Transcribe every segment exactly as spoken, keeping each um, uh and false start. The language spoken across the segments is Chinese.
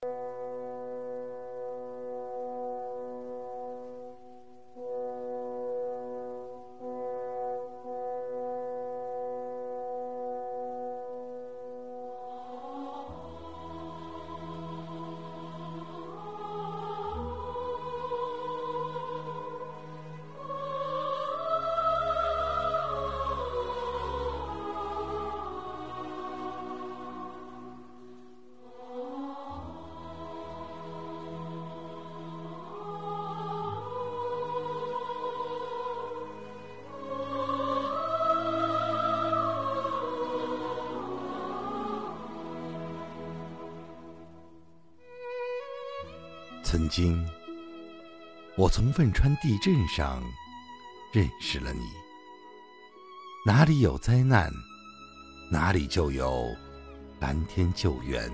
曾经，我从汶川地震上认识了你。哪里有灾难，哪里就有蓝天救援。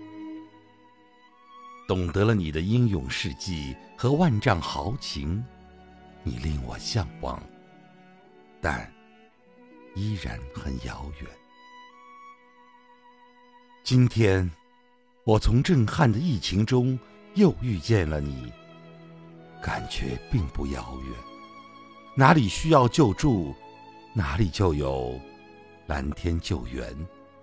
懂得了你的英勇事迹和万丈豪情，你令我向往，但依然很遥远。今天，我从震撼的疫情中又遇见了你，感觉并不遥远。哪里需要救助，哪里就有蓝天救援。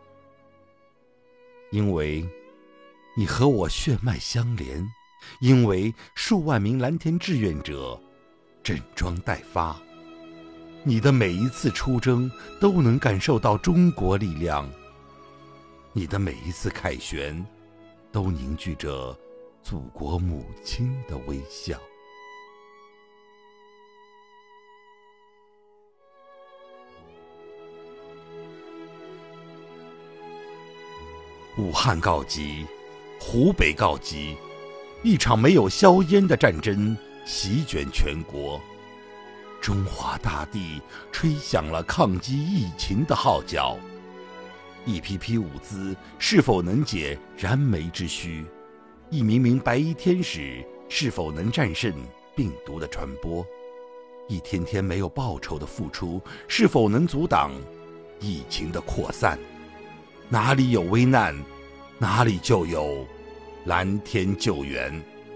因为你和我血脉相连，因为数万名蓝天志愿者整装待发，你的每一次出征都能感受到中国力量，你的每一次凯旋都凝聚着祖国母亲的微笑。武汉告急，湖北告急，一场没有硝烟的战争席卷全国。中华大地吹响了抗击疫情的号角。一批批物资是否能解燃眉之需？一名名白衣天使是否能战胜病毒的传播？一天天没有报酬的付出是否能阻挡疫情的扩散？哪里有危难，哪里就有蓝天救援。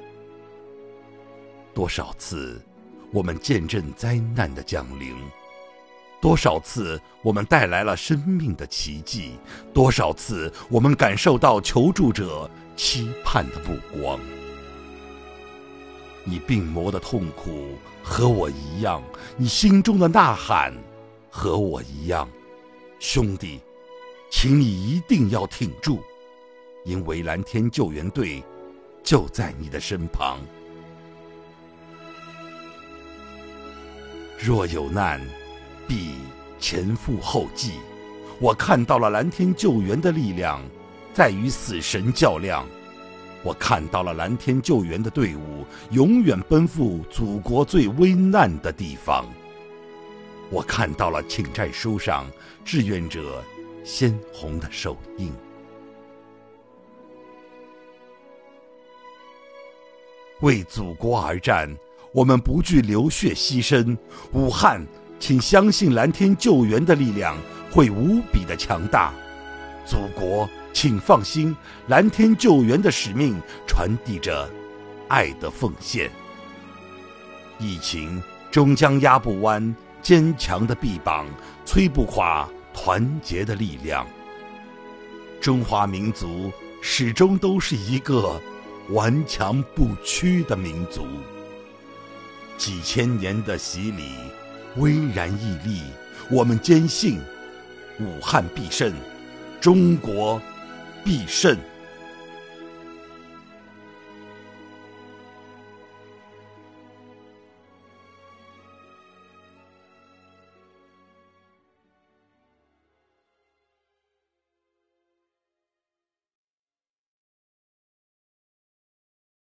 多少次我们见证灾难的降临，多少次我们带来了生命的奇迹，多少次我们感受到求助者期盼的目光。你病魔的痛苦和我一样，你心中的呐喊和我一样。兄弟，请你一定要挺住，因为蓝天救援队就在你的身旁。若有难，必前赴后继。我看到了蓝天救援的力量在与死神较量，我看到了蓝天救援的队伍永远奔赴祖国最危难的地方。我看到了请战书上志愿者鲜红的手印。为祖国而战，我们不惧流血牺牲。武汉，请相信蓝天救援的力量会无比的强大。祖国，请放心，蓝天救援的使命传递着爱的奉献。疫情终将压不弯坚强的臂膀，摧不垮团结的力量。中华民族始终都是一个顽强不屈的民族。几千年的洗礼巍然屹立，我们坚信武汉必胜，中国必胜。